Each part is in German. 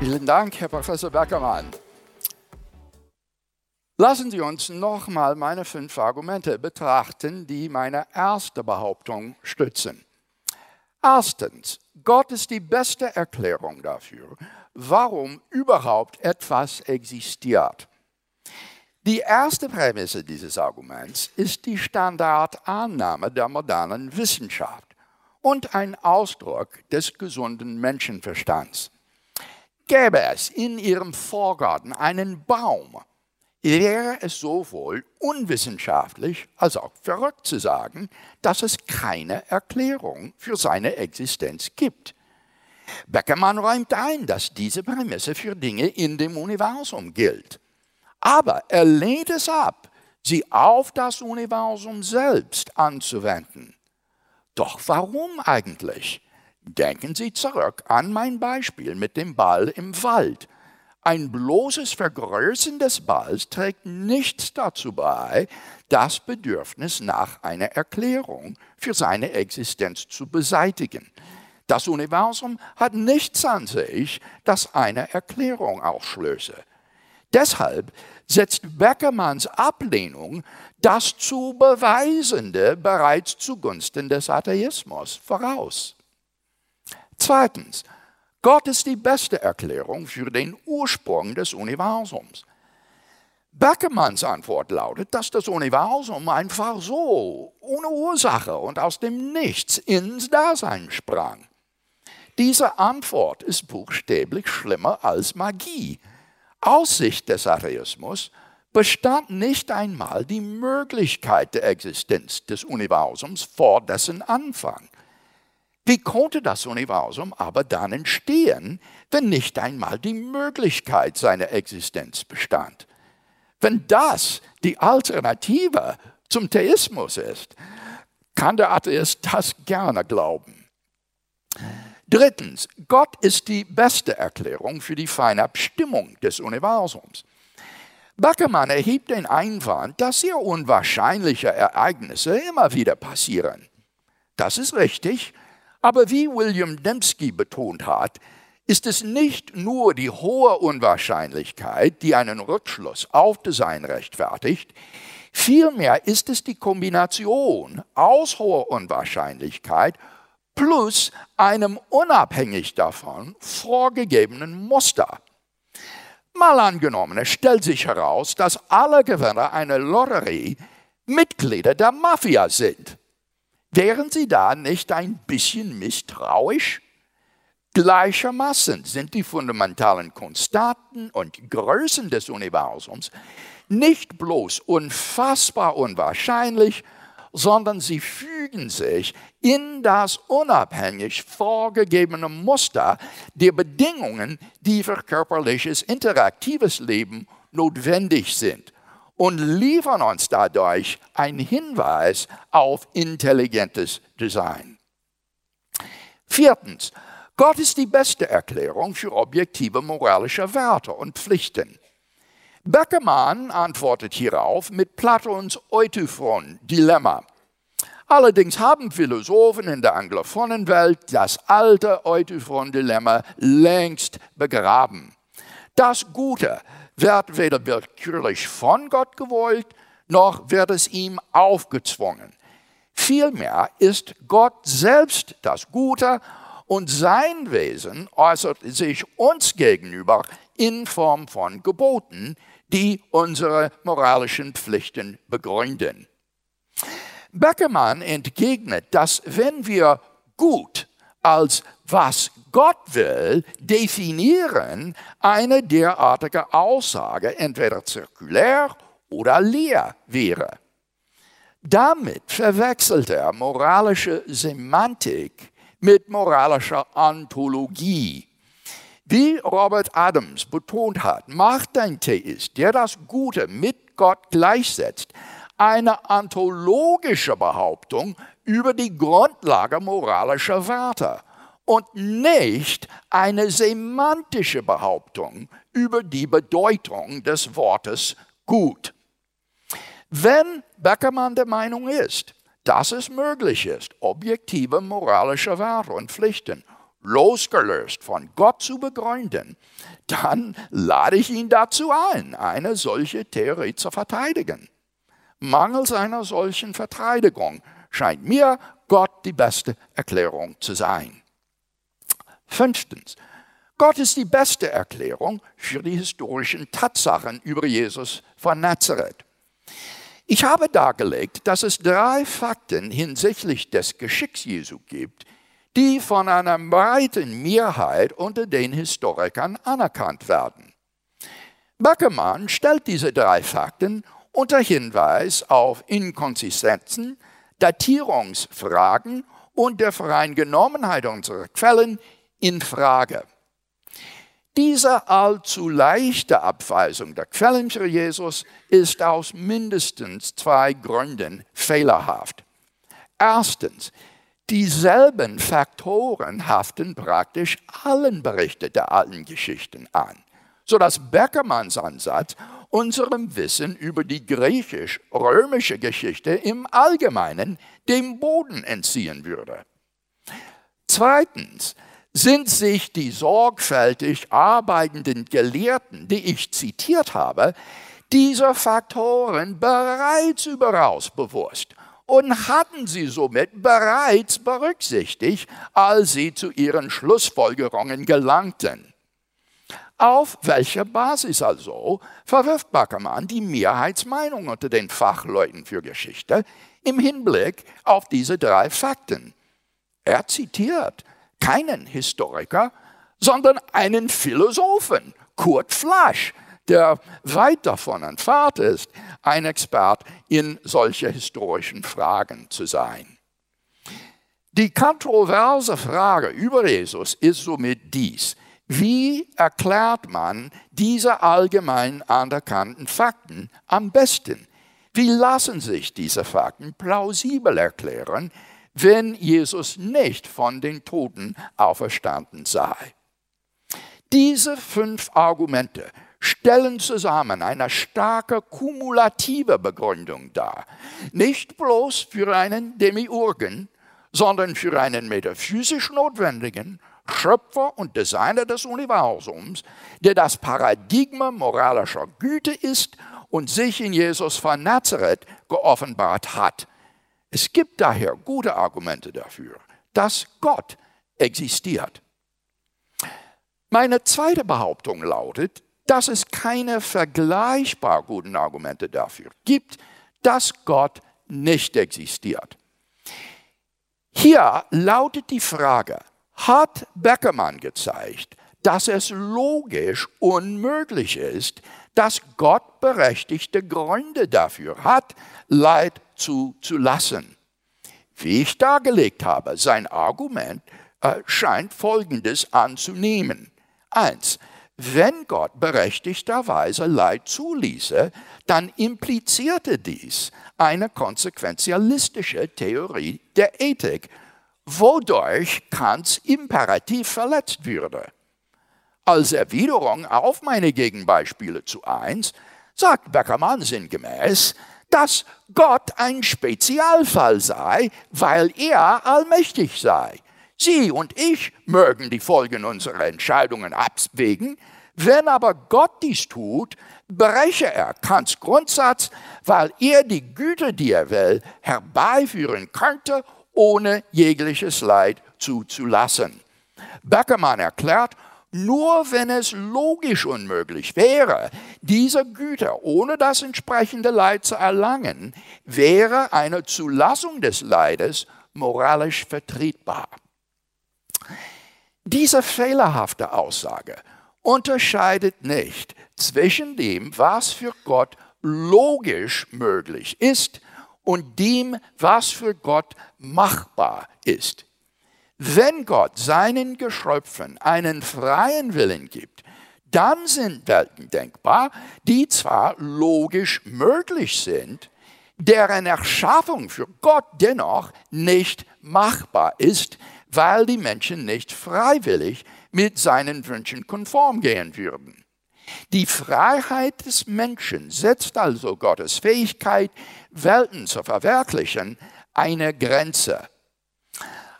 Vielen Dank, Herr Professor Beckermann. Lassen Sie uns nochmal meine 5 Argumente betrachten, die meine erste Behauptung stützen. Erstens, Gott ist die beste Erklärung dafür, warum überhaupt etwas existiert. Die erste Prämisse dieses Arguments ist die Standardannahme der modernen Wissenschaft und ein Ausdruck des gesunden Menschenverstands. Gäbe es in Ihrem Vorgarten einen Baum, wäre es sowohl unwissenschaftlich als auch verrückt zu sagen, dass es keine Erklärung für seine Existenz gibt. Beckermann räumt ein, dass diese Prämisse für Dinge in dem Universum gilt. Aber er lehnt es ab, sie auf das Universum selbst anzuwenden. Doch warum eigentlich? Denken Sie zurück an mein Beispiel mit dem Ball im Wald. Ein bloßes Vergrößern des Balls trägt nichts dazu bei, das Bedürfnis nach einer Erklärung für seine Existenz zu beseitigen. Das Universum hat nichts an sich, das eine Erklärung ausschlösse. Deshalb setzt Beckermanns Ablehnung das zu Beweisende bereits zugunsten des Atheismus voraus. Zweitens, Gott ist die beste Erklärung für den Ursprung des Universums. Beckermanns Antwort lautet, dass das Universum einfach so, ohne Ursache und aus dem Nichts ins Dasein sprang. Diese Antwort ist buchstäblich schlimmer als Magie. Aus Sicht des Atheismus bestand nicht einmal die Möglichkeit der Existenz des Universums vor dessen Anfang. Wie konnte das Universum aber dann entstehen, wenn nicht einmal die Möglichkeit seiner Existenz bestand? Wenn das die Alternative zum Theismus ist, kann der Atheist das gerne glauben. Drittens, Gott ist die beste Erklärung für die feine Bestimmung des Universums. Beckermann erhebt den Einwand, dass sehr unwahrscheinliche Ereignisse immer wieder passieren. Das ist richtig. Aber wie William Dembski betont hat, ist es nicht nur die hohe Unwahrscheinlichkeit, die einen Rückschluss auf Design rechtfertigt, vielmehr ist es die Kombination aus hoher Unwahrscheinlichkeit plus einem unabhängig davon vorgegebenen Muster. Mal angenommen, es stellt sich heraus, dass alle Gewinner einer Lotterie Mitglieder der Mafia sind. Wären Sie da nicht ein bisschen misstrauisch? Gleichermaßen sind die fundamentalen Konstanten und Größen des Universums nicht bloß unfassbar unwahrscheinlich, sondern sie fügen sich in das unabhängig vorgegebene Muster der Bedingungen, die für körperliches, interaktives Leben notwendig sind, und liefern uns dadurch einen Hinweis auf intelligentes Design. Viertens, Gott ist die beste Erklärung für objektive moralische Werte und Pflichten. Beckermann antwortet hierauf mit Platons Eutyphron-Dilemma. Allerdings haben Philosophen in der anglophonen Welt das alte Eutyphron-Dilemma längst begraben. Das Gute wird weder willkürlich von Gott gewollt, noch wird es ihm aufgezwungen. Vielmehr ist Gott selbst das Gute und sein Wesen äußert sich uns gegenüber in Form von Geboten, die unsere moralischen Pflichten begründen. Beckermann entgegnet, dass wenn wir gut als was Gott will definieren, eine derartige Aussage entweder zirkulär oder leer wäre. Damit verwechselt er moralische Semantik mit moralischer Ontologie. Wie Robert Adams betont hat, macht ein Theist, der das Gute mit Gott gleichsetzt, eine ontologische Behauptung über die Grundlage moralischer Werte und nicht eine semantische Behauptung über die Bedeutung des Wortes gut. Wenn Beckermann der Meinung ist, dass es möglich ist, objektive moralische Werte und Pflichten losgelöst von Gott zu begründen, dann lade ich ihn dazu ein, eine solche Theorie zu verteidigen. Mangels einer solchen Verteidigung scheint mir Gott die beste Erklärung zu sein. 5. Gott ist die beste Erklärung für die historischen Tatsachen über Jesus von Nazareth. Ich habe dargelegt, dass es 3 Fakten hinsichtlich des Geschicks Jesu gibt, die von einer breiten Mehrheit unter den Historikern anerkannt werden. Beckermann stellt diese 3 Fakten unter Hinweis auf Inkonsistenzen, Datierungsfragen und der Voreingenommenheit unserer Quellen in Frage. Diese allzu leichte Abweisung der Quellen für Jesus ist aus mindestens 2 Gründen fehlerhaft. Erstens, dieselben Faktoren haften praktisch allen Berichten der alten Geschichten an, sodass Beckermanns Ansatz unserem Wissen über die griechisch-römische Geschichte im Allgemeinen dem Boden entziehen würde. Zweitens sind sich die sorgfältig arbeitenden Gelehrten, die ich zitiert habe, dieser Faktoren bereits überaus bewusst und hatten sie somit bereits berücksichtigt, als sie zu ihren Schlussfolgerungen gelangten. Auf welcher Basis also verwirft Beckermann die Mehrheitsmeinung unter den Fachleuten für Geschichte im Hinblick auf diese 3 Fakten? Er zitiert keinen Historiker, sondern einen Philosophen, Kurt Flasch, der weit davon entfernt ist, ein Expert in solche historischen Fragen zu sein. Die kontroverse Frage über Jesus ist somit dies: Wie erklärt man diese allgemein anerkannten Fakten am besten? Wie lassen sich diese Fakten plausibel erklären, wenn Jesus nicht von den Toten auferstanden sei? Diese 5 Argumente stellen zusammen eine starke kumulative Begründung dar, nicht bloß für einen Demiurgen, sondern für einen metaphysisch notwendigen Schöpfer und Designer des Universums, der das Paradigma moralischer Güte ist und sich in Jesus von Nazareth geoffenbart hat. Es gibt daher gute Argumente dafür, dass Gott existiert. Meine zweite Behauptung lautet, dass es keine vergleichbar guten Argumente dafür gibt, dass Gott nicht existiert. Hier lautet die Frage: Hat Beckermann gezeigt, dass es logisch unmöglich ist, dass Gott berechtigte Gründe dafür hat, Leid zuzulassen? Wie ich dargelegt habe, sein Argument scheint Folgendes anzunehmen. 1. Wenn Gott berechtigterweise Leid zuließe, dann implizierte dies eine konsequenzialistische Theorie der Ethik, wodurch Kants Imperativ verletzt würde. Als Erwiderung auf meine Gegenbeispiele zu 1 sagt Beckermann sinngemäß, dass Gott ein Spezialfall sei, weil er allmächtig sei. Sie und ich mögen die Folgen unserer Entscheidungen abwägen, wenn aber Gott dies tut, breche er Kants Grundsatz, weil er die Güte, die er will, herbeiführen könnte, ohne jegliches Leid zuzulassen. Beckermann erklärt, nur wenn es logisch unmöglich wäre, diese Güter ohne das entsprechende Leid zu erlangen, wäre eine Zulassung des Leides moralisch vertretbar. Diese fehlerhafte Aussage unterscheidet nicht zwischen dem, was für Gott logisch möglich ist, und dem, was für Gott machbar ist. Wenn Gott seinen Geschöpfen einen freien Willen gibt, dann sind Welten denkbar, die zwar logisch möglich sind, deren Erschaffung für Gott dennoch nicht machbar ist, weil die Menschen nicht freiwillig mit seinen Wünschen konform gehen würden. Die Freiheit des Menschen setzt also Gottes Fähigkeit, Welten zu verwirklichen, eine Grenze.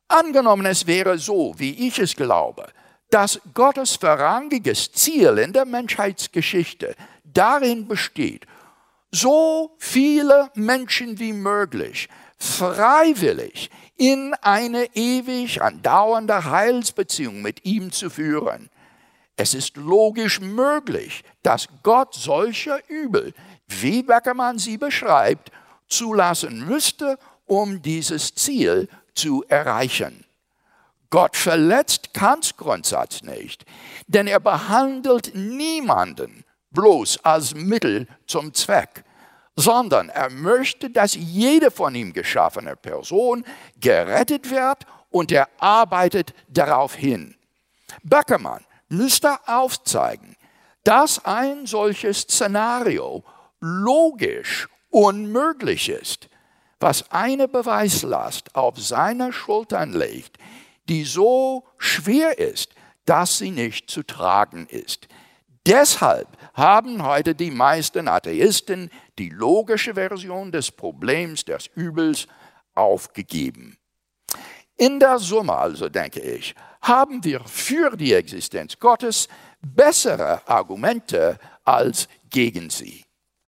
Angenommen, es wäre so, wie ich es glaube, dass Gottes vorrangiges Ziel in der Menschheitsgeschichte darin besteht, so viele Menschen wie möglich freiwillig in eine ewig andauernde Heilsbeziehung mit ihm zu führen. Es ist logisch möglich, dass Gott solche Übel, wie Beckermann sie beschreibt, zulassen müsste, um dieses Ziel zu erreichen. Gott verletzt Kants Grundsatz nicht, denn er behandelt niemanden bloß als Mittel zum Zweck, sondern er möchte, dass jede von ihm geschaffene Person gerettet wird und er arbeitet darauf hin. Beckermann müsste aufzeigen, dass ein solches Szenario logisch unmöglich ist, was eine Beweislast auf seine Schultern legt, die so schwer ist, dass sie nicht zu tragen ist. Deshalb haben heute die meisten Atheisten die logische Version des Problems des Übels aufgegeben. In der Summe also, denke ich, haben wir für die Existenz Gottes bessere Argumente als gegen sie.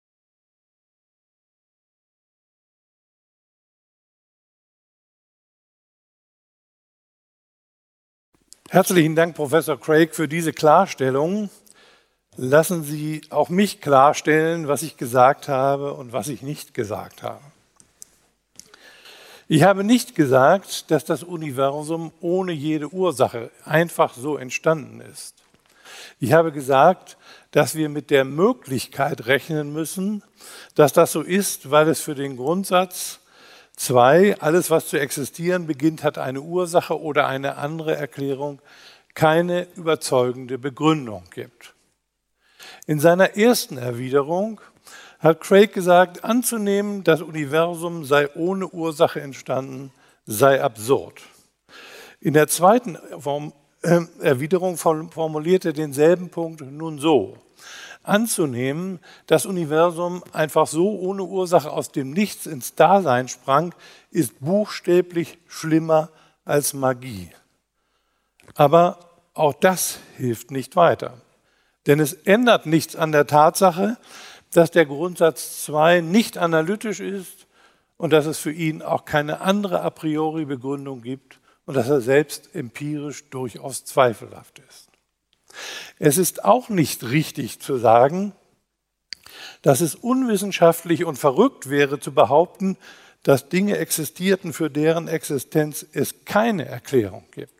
Herzlichen Dank, Professor Craig, für diese Klarstellung. Lassen Sie auch mich klarstellen, was ich gesagt habe und was ich nicht gesagt habe. Ich habe nicht gesagt, dass das Universum ohne jede Ursache einfach so entstanden ist. Ich habe gesagt, dass wir mit der Möglichkeit rechnen müssen, dass das so ist, weil es für den Grundsatz 2, alles was zu existieren beginnt, hat eine Ursache oder eine andere Erklärung, keine überzeugende Begründung gibt. In seiner ersten Erwiderung hat Craig gesagt, anzunehmen, das Universum sei ohne Ursache entstanden, sei absurd. In der zweiten Erwiderung formuliert er denselben Punkt nun so: Anzunehmen, das Universum einfach so ohne Ursache aus dem Nichts ins Dasein sprang, ist buchstäblich schlimmer als Magie. Aber auch das hilft nicht weiter. Denn es ändert nichts an der Tatsache, dass der Grundsatz 2 nicht analytisch ist und dass es für ihn auch keine andere a priori Begründung gibt und dass er selbst empirisch durchaus zweifelhaft ist. Es ist auch nicht richtig zu sagen, dass es unwissenschaftlich und verrückt wäre zu behaupten, dass Dinge existierten, für deren Existenz es keine Erklärung gibt.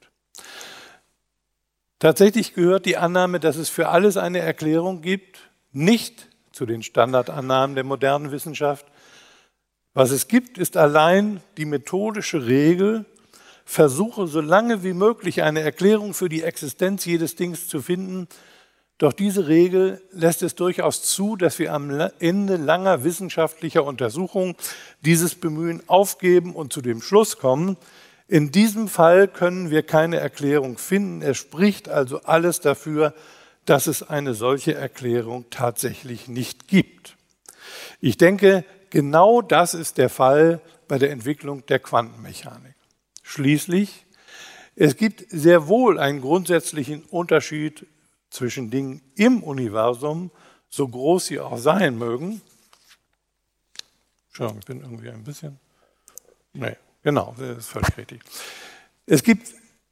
Tatsächlich gehört die Annahme, dass es für alles eine Erklärung gibt, nicht zu den Standardannahmen der modernen Wissenschaft. Was es gibt, ist allein die methodische Regel, versuche so lange wie möglich eine Erklärung für die Existenz jedes Dings zu finden. Doch diese Regel lässt es durchaus zu, dass wir am Ende langer wissenschaftlicher Untersuchungen dieses Bemühen aufgeben und zu dem Schluss kommen, in diesem Fall können wir keine Erklärung finden. Es spricht also alles dafür, dass es eine solche Erklärung tatsächlich nicht gibt. Ich denke, genau das ist der Fall bei der Entwicklung der Quantenmechanik. Schließlich, es gibt sehr wohl einen grundsätzlichen Unterschied zwischen Dingen im Universum, so groß sie auch sein mögen. Schau, ich bin irgendwie ein bisschen... Nee. Genau, das ist völlig richtig. Es gibt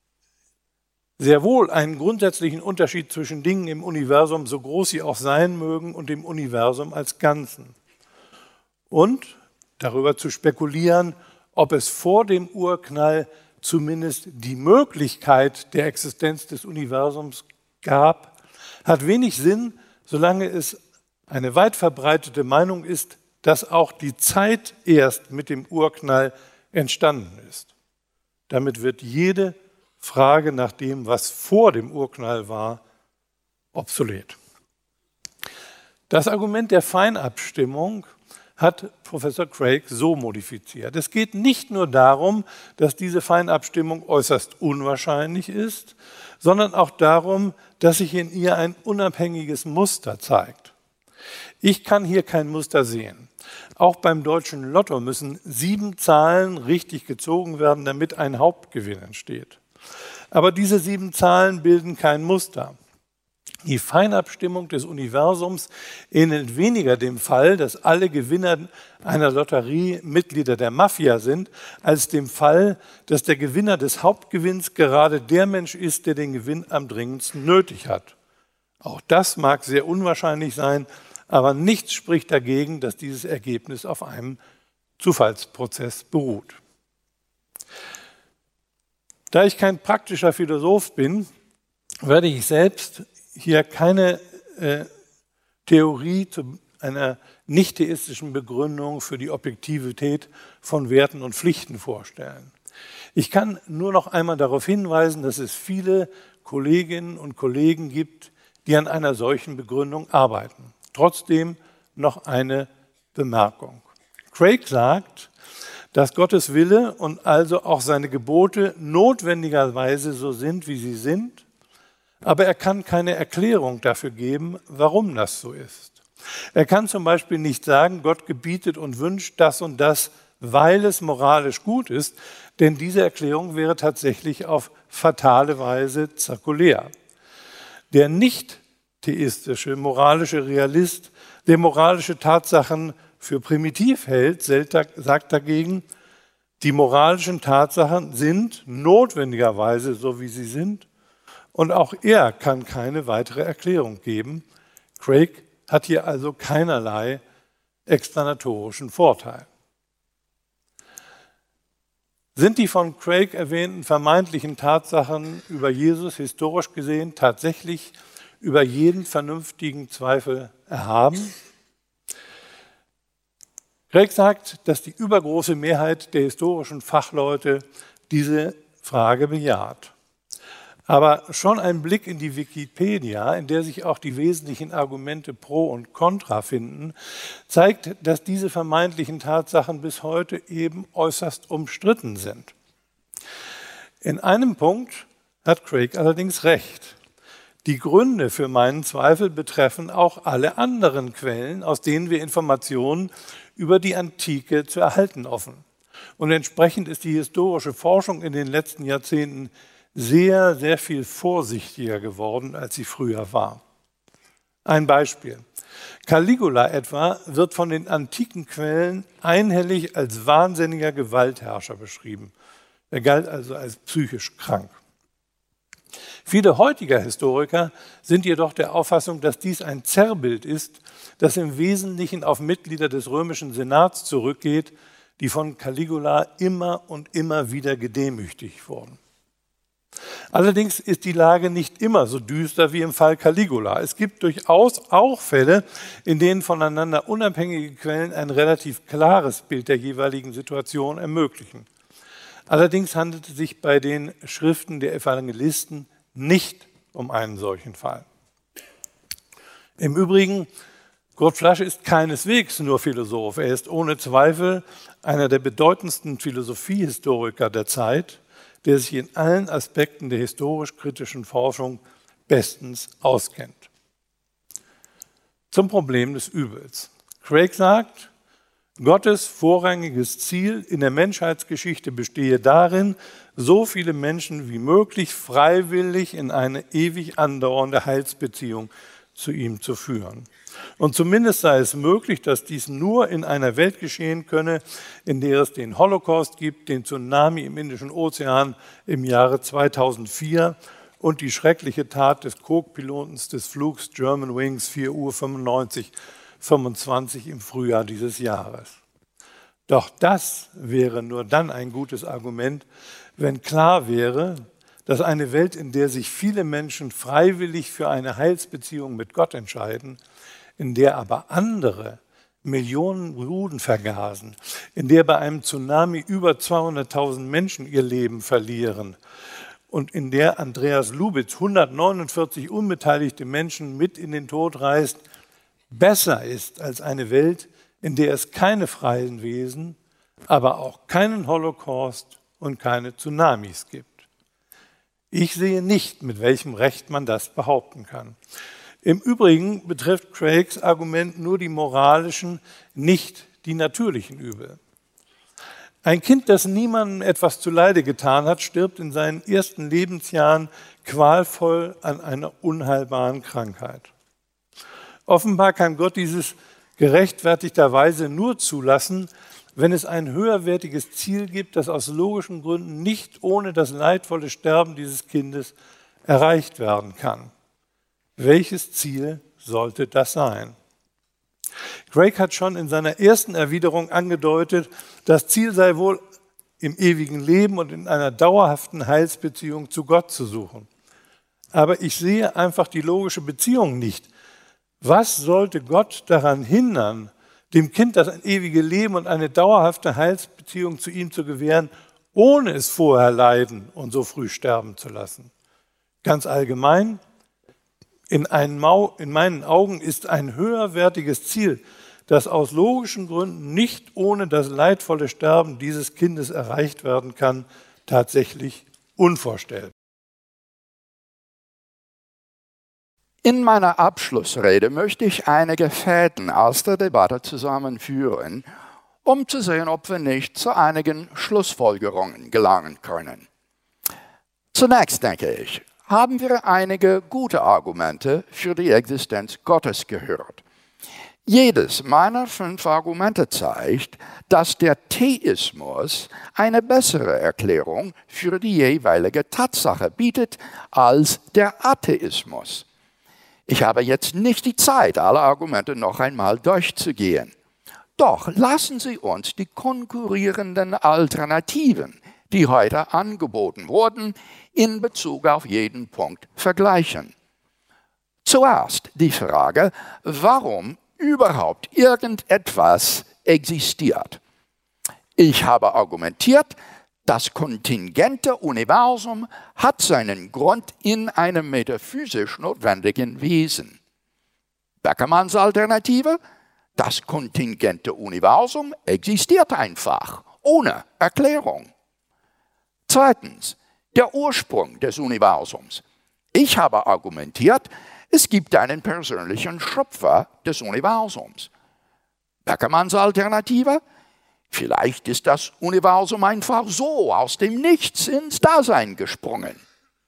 sehr wohl einen grundsätzlichen Unterschied zwischen Dingen im Universum, so groß sie auch sein mögen, und dem Universum als Ganzen. Und darüber zu spekulieren, ob es vor dem Urknall zumindest die Möglichkeit der Existenz des Universums gab, hat wenig Sinn, solange es eine weit verbreitete Meinung ist, dass auch die Zeit erst mit dem Urknall entstanden ist. Damit wird jede Frage nach dem, was vor dem Urknall war, obsolet. Das Argument der Feinabstimmung hat Professor Craig so modifiziert. Es geht nicht nur darum, dass diese Feinabstimmung äußerst unwahrscheinlich ist, sondern auch darum, dass sich in ihr ein unabhängiges Muster zeigt. Ich kann hier kein Muster sehen. Auch beim Deutschen Lotto müssen 7 Zahlen richtig gezogen werden, damit ein Hauptgewinn entsteht. Aber diese 7 Zahlen bilden kein Muster. Die Feinabstimmung des Universums ähnelt weniger dem Fall, dass alle Gewinner einer Lotterie Mitglieder der Mafia sind, als dem Fall, dass der Gewinner des Hauptgewinns gerade der Mensch ist, der den Gewinn am dringendsten nötig hat. Auch das mag sehr unwahrscheinlich sein, aber nichts spricht dagegen, dass dieses Ergebnis auf einem Zufallsprozess beruht. Da ich kein praktischer Philosoph bin, werde ich selbst hier keine Theorie zu einer nicht-theistischen Begründung für die Objektivität von Werten und Pflichten vorstellen. Ich kann nur noch einmal darauf hinweisen, dass es viele Kolleginnen und Kollegen gibt, die an einer solchen Begründung arbeiten. Trotzdem noch eine Bemerkung. Craig sagt, dass Gottes Wille und also auch seine Gebote notwendigerweise so sind, wie sie sind, aber er kann keine Erklärung dafür geben, warum das so ist. Er kann zum Beispiel nicht sagen, Gott gebietet und wünscht das und das, weil es moralisch gut ist, denn diese Erklärung wäre tatsächlich auf fatale Weise zirkulär. Der nicht-theistische moralische Realist, der moralische Tatsachen für primitiv hält, sagt dagegen, die moralischen Tatsachen sind notwendigerweise so, wie sie sind, und auch er kann keine weitere Erklärung geben. Craig hat hier also keinerlei explanatorischen Vorteil. Sind die von Craig erwähnten vermeintlichen Tatsachen über Jesus historisch gesehen tatsächlich über jeden vernünftigen Zweifel erhaben? Craig sagt, dass die übergroße Mehrheit der historischen Fachleute diese Frage bejaht. Aber schon ein Blick in die Wikipedia, in der sich auch die wesentlichen Argumente pro und contra finden, zeigt, dass diese vermeintlichen Tatsachen bis heute eben äußerst umstritten sind. In einem Punkt hat Craig allerdings recht. Die Gründe für meinen Zweifel betreffen auch alle anderen Quellen, aus denen wir Informationen über die Antike zu erhalten hoffen. Und entsprechend ist die historische Forschung in den letzten Jahrzehnten sehr, sehr viel vorsichtiger geworden, als sie früher war. Ein Beispiel. Caligula etwa wird von den antiken Quellen einhellig als wahnsinniger Gewaltherrscher beschrieben. Er galt also als psychisch krank. Viele heutige Historiker sind jedoch der Auffassung, dass dies ein Zerrbild ist, das im Wesentlichen auf Mitglieder des römischen Senats zurückgeht, die von Caligula immer und immer wieder gedemütigt wurden. Allerdings ist die Lage nicht immer so düster wie im Fall Caligula. Es gibt durchaus auch Fälle, in denen voneinander unabhängige Quellen ein relativ klares Bild der jeweiligen Situation ermöglichen. Allerdings handelt es sich bei den Schriften der Evangelisten nicht um einen solchen Fall. Im Übrigen, Kurt Flasche ist keineswegs nur Philosoph. Er ist ohne Zweifel einer der bedeutendsten Philosophiehistoriker der Zeit, der sich in allen Aspekten der historisch-kritischen Forschung bestens auskennt. Zum Problem des Übels. Craig sagt, Gottes vorrangiges Ziel in der Menschheitsgeschichte bestehe darin, so viele Menschen wie möglich freiwillig in eine ewig andauernde Heilsbeziehung zu ihm zu führen. Und zumindest sei es möglich, dass dies nur in einer Welt geschehen könne, in der es den Holocaust gibt, den Tsunami im Indischen Ozean im Jahre 2004 und die schreckliche Tat des Co-Piloten des Flugs Germanwings 4:95:25 im Frühjahr dieses Jahres. Doch das wäre nur dann ein gutes Argument, wenn klar wäre, dass eine Welt, in der sich viele Menschen freiwillig für eine Heilsbeziehung mit Gott entscheiden, in der aber andere Millionen Juden vergasen, in der bei einem Tsunami über 200.000 Menschen ihr Leben verlieren und in der Andreas Lubitz 149 unbeteiligte Menschen mit in den Tod reißt, besser ist als eine Welt, in der es keine freien Wesen, aber auch keinen Holocaust und keine Tsunamis gibt. Ich sehe nicht, mit welchem Recht man das behaupten kann. Im Übrigen betrifft Craigs Argument nur die moralischen, nicht die natürlichen Übel. Ein Kind, das niemandem etwas zuleide getan hat, stirbt in seinen ersten Lebensjahren qualvoll an einer unheilbaren Krankheit. Offenbar kann Gott dieses gerechtfertigterweise nur zulassen, wenn es ein höherwertiges Ziel gibt, das aus logischen Gründen nicht ohne das leidvolle Sterben dieses Kindes erreicht werden kann. Welches Ziel sollte das sein? Craig hat schon in seiner ersten Erwiderung angedeutet, das Ziel sei wohl, im ewigen Leben und in einer dauerhaften Heilsbeziehung zu Gott zu suchen. Aber ich sehe einfach die logische Beziehung nicht. Was sollte Gott daran hindern, dem Kind das ewige Leben und eine dauerhafte Heilsbeziehung zu ihm zu gewähren, ohne es vorher leiden und so früh sterben zu lassen? Ganz allgemein, in meinen Augen ist ein höherwertiges Ziel, das aus logischen Gründen nicht ohne das leidvolle Sterben dieses Kindes erreicht werden kann, tatsächlich unvorstellbar. In meiner Abschlussrede möchte ich einige Fäden aus der Debatte zusammenführen, um zu sehen, ob wir nicht zu einigen Schlussfolgerungen gelangen können. Zunächst denke ich, haben wir einige gute Argumente für die Existenz Gottes gehört. Jedes meiner 5 Argumente zeigt, dass der Theismus eine bessere Erklärung für die jeweilige Tatsache bietet als der Atheismus. Ich habe jetzt nicht die Zeit, alle Argumente noch einmal durchzugehen. Doch lassen Sie uns die konkurrierenden Alternativen, die heute angeboten wurden, in Bezug auf jeden Punkt vergleichen. Zuerst die Frage, warum überhaupt irgendetwas existiert. Ich habe argumentiert, das kontingente Universum hat seinen Grund in einem metaphysisch notwendigen Wesen. Beckermanns Alternative, das kontingente Universum existiert einfach, ohne Erklärung. Zweitens, der Ursprung des Universums. Ich habe argumentiert, es gibt einen persönlichen Schöpfer des Universums. Beckermanns Alternative, vielleicht ist das Universum einfach so aus dem Nichts ins Dasein gesprungen.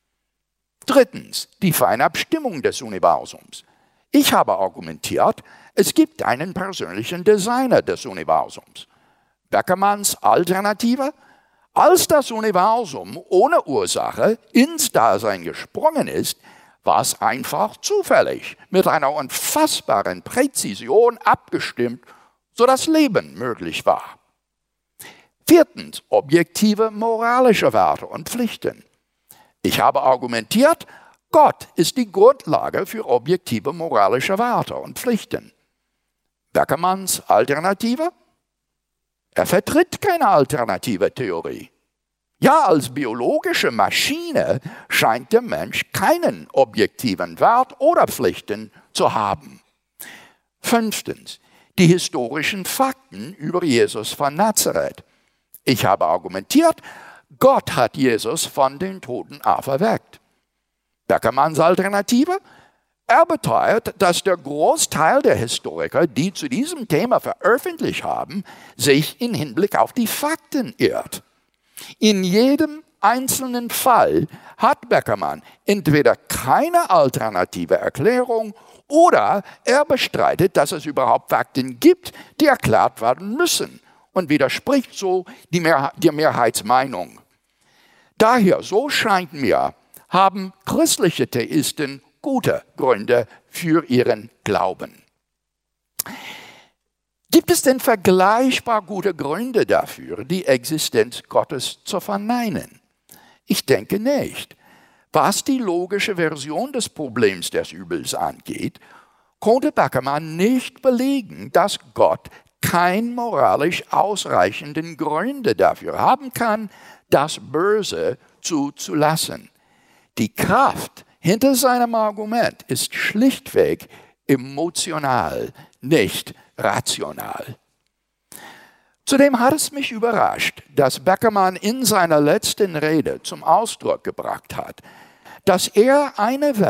Drittens, die Feinabstimmung des Universums. Ich habe argumentiert, es gibt einen persönlichen Designer des Universums. Beckermanns Alternative, als das Universum ohne Ursache ins Dasein gesprungen ist, war es einfach zufällig mit einer unfassbaren Präzision abgestimmt, sodass Leben möglich war. Viertens, objektive moralische Werte und Pflichten. Ich habe argumentiert, Gott ist die Grundlage für objektive moralische Werte und Pflichten. Beckermanns Alternative? Er vertritt keine alternative Theorie. Ja, als biologische Maschine scheint der Mensch keinen objektiven Wert oder Pflichten zu haben. Fünftens, die historischen Fakten über Jesus von Nazareth. Ich habe argumentiert, Gott hat Jesus von den Toten auferweckt. Beckermanns Alternative? Er beteuert, dass der Großteil der Historiker, die zu diesem Thema veröffentlicht haben, sich im Hinblick auf die Fakten irrt. In jedem einzelnen Fall hat Beckermann entweder keine alternative Erklärung oder er bestreitet, dass es überhaupt Fakten gibt, die erklärt werden müssen und widerspricht so der Mehrheitsmeinung. Daher, so scheint mir, haben christliche Theisten gute Gründe für ihren Glauben. Gibt es denn vergleichbar gute Gründe dafür, die Existenz Gottes zu verneinen? Ich denke nicht. Was die logische Version des Problems des Übels angeht, konnte Beckermann nicht belegen, dass Gott kein moralisch ausreichenden Gründe dafür haben kann, das Böse zuzulassen. Die Kraft hinter seinem Argument ist schlichtweg emotional, nicht rational. Zudem hat es mich überrascht, dass Beckermann in seiner letzten Rede zum Ausdruck gebracht hat, dass er eine Welt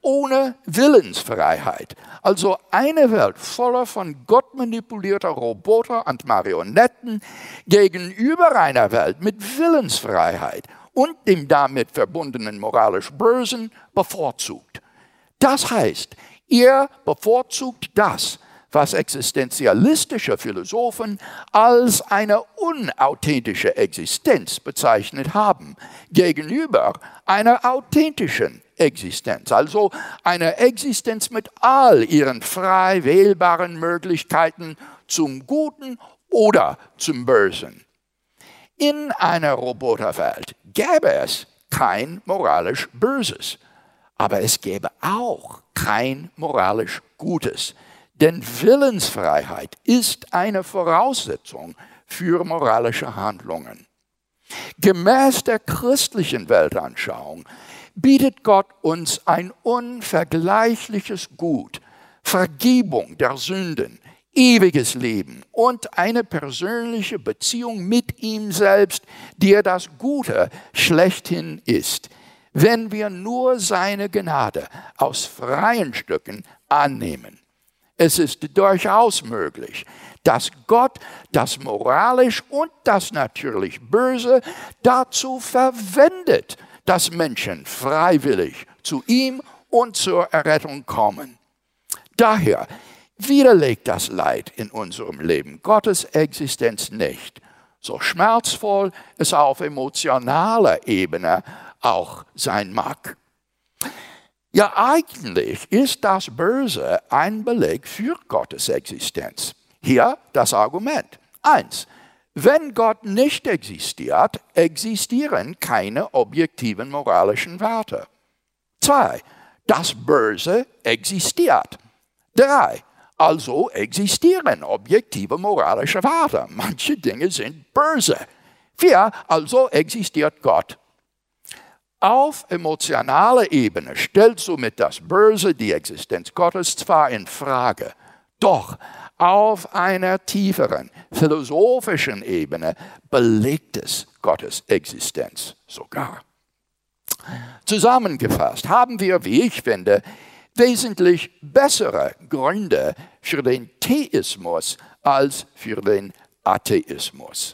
ohne Willensfreiheit. Also eine Welt voller von Gott manipulierter Roboter und Marionetten gegenüber einer Welt mit Willensfreiheit und dem damit verbundenen moralisch Bösen bevorzugt. Das heißt, ihr bevorzugt das, was existenzialistische Philosophen als eine unauthentische Existenz bezeichnet haben, gegenüber einer authentischen Existenz, also einer Existenz mit all ihren frei wählbaren Möglichkeiten zum Guten oder zum Bösen. In einer Roboterwelt gäbe es kein moralisch Böses, aber es gäbe auch kein moralisch Gutes. Denn Willensfreiheit ist eine Voraussetzung für moralische Handlungen. Gemäß der christlichen Weltanschauung bietet Gott uns ein unvergleichliches Gut, Vergebung der Sünden, ewiges Leben und eine persönliche Beziehung mit ihm selbst, der das Gute schlechthin ist, wenn wir nur seine Gnade aus freien Stücken annehmen. Es ist durchaus möglich, dass Gott das moralisch und das natürlich Böse dazu verwendet, dass Menschen freiwillig zu ihm und zur Errettung kommen. Daher widerlegt das Leid in unserem Leben Gottes Existenz nicht, so schmerzvoll es auf emotionaler Ebene auch sein mag. Ja, eigentlich ist das Böse ein Beleg für Gottes Existenz. Hier das Argument. 1. Wenn Gott nicht existiert, existieren keine objektiven moralischen Werte. 2. Das Böse existiert. 3. Also existieren objektive moralische Werte. Manche Dinge sind böse. 4. Also existiert Gott. Auf emotionaler Ebene stellt somit das Böse die Existenz Gottes zwar in Frage, doch auf einer tieferen, philosophischen Ebene belegt es Gottes Existenz sogar. Zusammengefasst haben wir, wie ich finde, wesentlich bessere Gründe für den Theismus als für den Atheismus.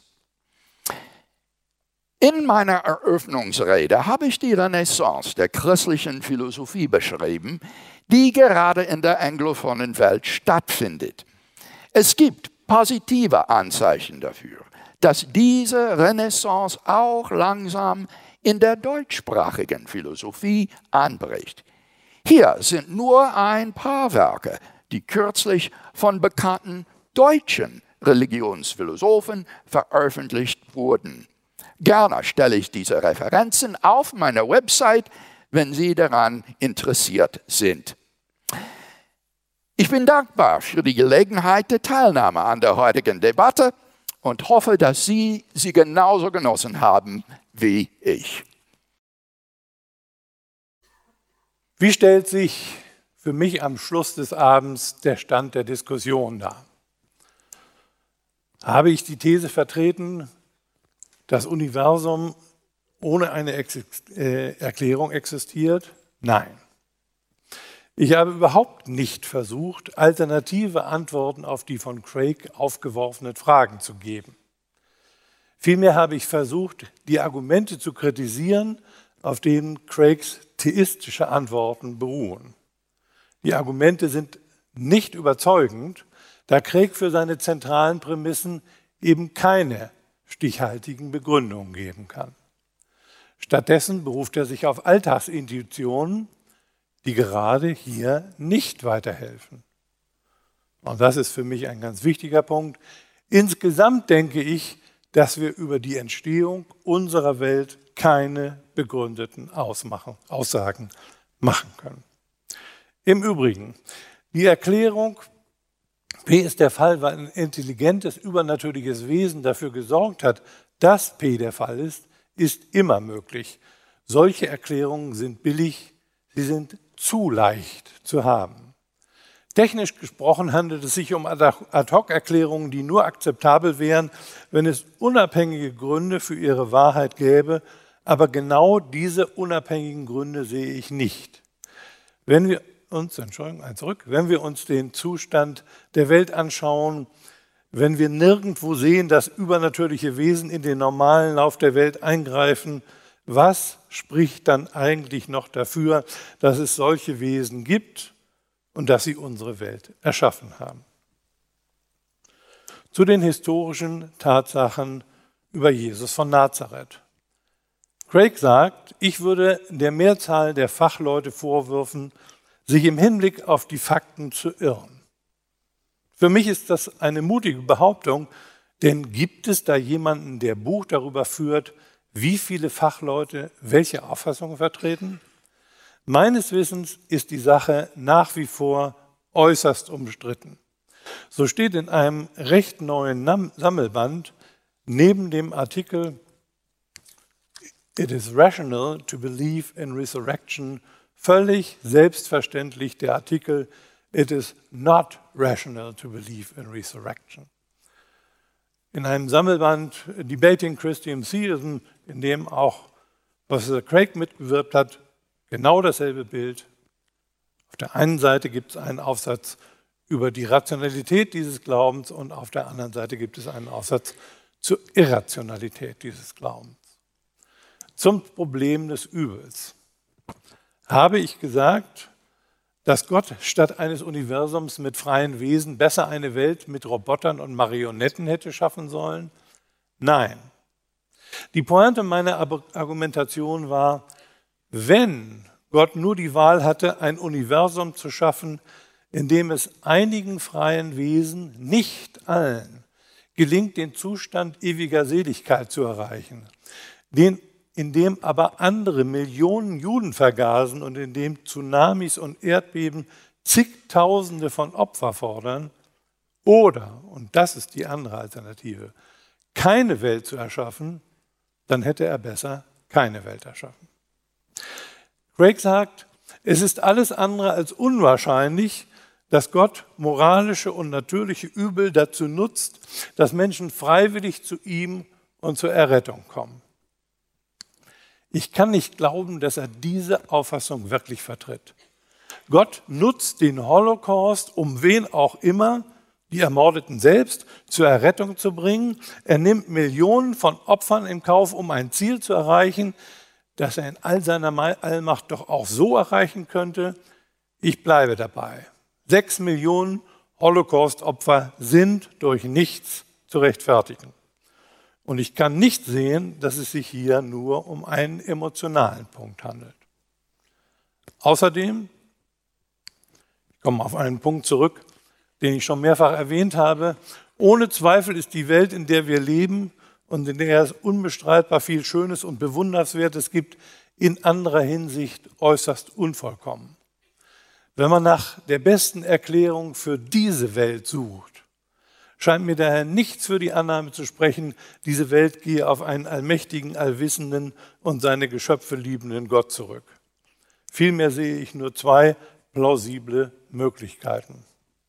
In meiner Eröffnungsrede habe ich die Renaissance der christlichen Philosophie beschrieben, die gerade in der anglophonen Welt stattfindet. Es gibt positive Anzeichen dafür, dass diese Renaissance auch langsam in der deutschsprachigen Philosophie anbricht. Hier sind nur ein paar Werke, die kürzlich von bekannten deutschen Religionsphilosophen veröffentlicht wurden. Gerne stelle ich diese Referenzen auf meiner Website, wenn Sie daran interessiert sind. Ich bin dankbar für die Gelegenheit der Teilnahme an der heutigen Debatte und hoffe, dass Sie sie genauso genossen haben wie ich. Wie stellt sich für mich am Schluss des Abends der Stand der Diskussion dar? Habe ich die These vertreten, das Universum ohne eine Erklärung existiert? Nein. Ich habe überhaupt nicht versucht, alternative Antworten auf die von Craig aufgeworfenen Fragen zu geben. Vielmehr habe ich versucht, die Argumente zu kritisieren, auf denen Craigs theistische Antworten beruhen. Die Argumente sind nicht überzeugend, da Craig für seine zentralen Prämissen eben keine stichhaltigen Begründungen geben kann. Stattdessen beruft er sich auf Alltagsintuitionen, die gerade hier nicht weiterhelfen. Und das ist für mich ein ganz wichtiger Punkt. Insgesamt denke ich, dass wir über die Entstehung unserer Welt keine begründeten Aussagen machen können. Im Übrigen, die Erklärung, P ist der Fall, weil ein intelligentes, übernatürliches Wesen dafür gesorgt hat, dass P der Fall ist immer möglich. Solche Erklärungen sind billig, sie sind zu leicht zu haben. Technisch gesprochen handelt es sich um Ad-hoc-Erklärungen, die nur akzeptabel wären, wenn es unabhängige Gründe für ihre Wahrheit gäbe, aber genau diese unabhängigen Gründe sehe ich nicht. Wenn wir uns den Zustand der Welt anschauen, wenn wir nirgendwo sehen, dass übernatürliche Wesen in den normalen Lauf der Welt eingreifen, was spricht dann eigentlich noch dafür, dass es solche Wesen gibt und dass sie unsere Welt erschaffen haben? Zu den historischen Tatsachen über Jesus von Nazareth. Craig sagt, ich würde der Mehrzahl der Fachleute vorwerfen, sich im Hinblick auf die Fakten zu irren. Für mich ist das eine mutige Behauptung, denn gibt es da jemanden, der Buch darüber führt, wie viele Fachleute welche Auffassungen vertreten? Meines Wissens ist die Sache nach wie vor äußerst umstritten. So steht in einem recht neuen Sammelband neben dem Artikel It is rational to believe in resurrection völlig selbstverständlich der Artikel It is not rational to believe in resurrection. In einem Sammelband Debating Christian Theism, in dem auch Professor Craig mitgewirkt hat, genau dasselbe Bild. Auf der einen Seite gibt es einen Aufsatz über die Rationalität dieses Glaubens und auf der anderen Seite gibt es einen Aufsatz zur Irrationalität dieses Glaubens. Zum Problem des Übels. Habe ich gesagt, dass Gott statt eines Universums mit freien Wesen besser eine Welt mit Robotern und Marionetten hätte schaffen sollen? Nein. Die Pointe meiner Argumentation war, wenn Gott nur die Wahl hatte, ein Universum zu schaffen, in dem es einigen freien Wesen, nicht allen, gelingt, den Zustand ewiger Seligkeit zu erreichen, in dem aber andere Millionen Juden vergasen und in dem Tsunamis und Erdbeben zigtausende von Opfern fordern, oder, und das ist die andere Alternative, keine Welt zu erschaffen, dann hätte er besser keine Welt erschaffen. Craig sagt, es ist alles andere als unwahrscheinlich, dass Gott moralische und natürliche Übel dazu nutzt, dass Menschen freiwillig zu ihm und zur Errettung kommen. Ich kann nicht glauben, dass er diese Auffassung wirklich vertritt. Gott nutzt den Holocaust, um wen auch immer, die Ermordeten selbst, zur Errettung zu bringen. Er nimmt Millionen von Opfern in Kauf, um ein Ziel zu erreichen, das er in all seiner Allmacht doch auch so erreichen könnte. Ich bleibe dabei. 6 Millionen Holocaust-Opfer sind durch nichts zu rechtfertigen. Und ich kann nicht sehen, dass es sich hier nur um einen emotionalen Punkt handelt. Außerdem, ich komme auf einen Punkt zurück, den ich schon mehrfach erwähnt habe, ohne Zweifel ist die Welt, in der wir leben und in der es unbestreitbar viel Schönes und Bewundernswertes gibt, in anderer Hinsicht äußerst unvollkommen. Wenn man nach der besten Erklärung für diese Welt sucht, scheint mir daher nichts für die Annahme zu sprechen, diese Welt gehe auf einen allmächtigen, allwissenden und seine Geschöpfe liebenden Gott zurück. Vielmehr sehe ich nur 2 plausible Möglichkeiten.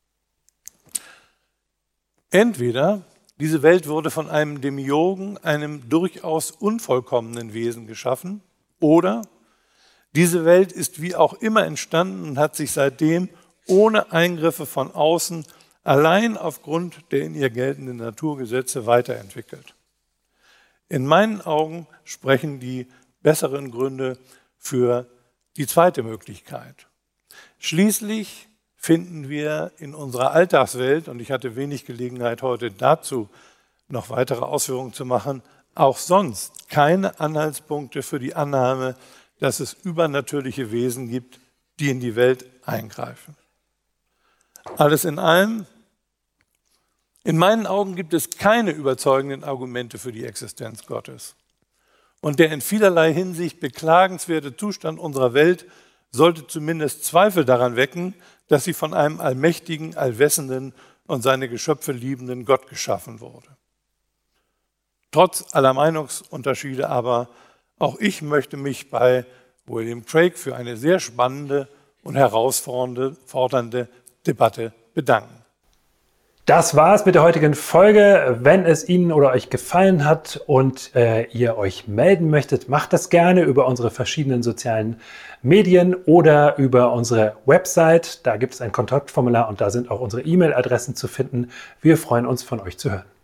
Entweder diese Welt wurde von einem Demiurgen, einem durchaus unvollkommenen Wesen geschaffen, oder diese Welt ist wie auch immer entstanden und hat sich seitdem ohne Eingriffe von außen allein aufgrund der in ihr geltenden Naturgesetze weiterentwickelt. In meinen Augen sprechen die besseren Gründe für die zweite Möglichkeit. Schließlich finden wir in unserer Alltagswelt, und ich hatte wenig Gelegenheit heute dazu noch weitere Ausführungen zu machen, auch sonst keine Anhaltspunkte für die Annahme, dass es übernatürliche Wesen gibt, die in die Welt eingreifen. Alles in allem, in meinen Augen gibt es keine überzeugenden Argumente für die Existenz Gottes. Und der in vielerlei Hinsicht beklagenswerte Zustand unserer Welt sollte zumindest Zweifel daran wecken, dass sie von einem allmächtigen, allwissenden und seine Geschöpfe liebenden Gott geschaffen wurde. Trotz aller Meinungsunterschiede aber, auch ich möchte mich bei William Craig für eine sehr spannende und herausfordernde Debatte bedanken. Das war's mit der heutigen Folge. Wenn es Ihnen oder euch gefallen hat und ihr euch melden möchtet, macht das gerne über unsere verschiedenen sozialen Medien oder über unsere Website. Da gibt es ein Kontaktformular und da sind auch unsere E-Mail-Adressen zu finden. Wir freuen uns, von euch zu hören.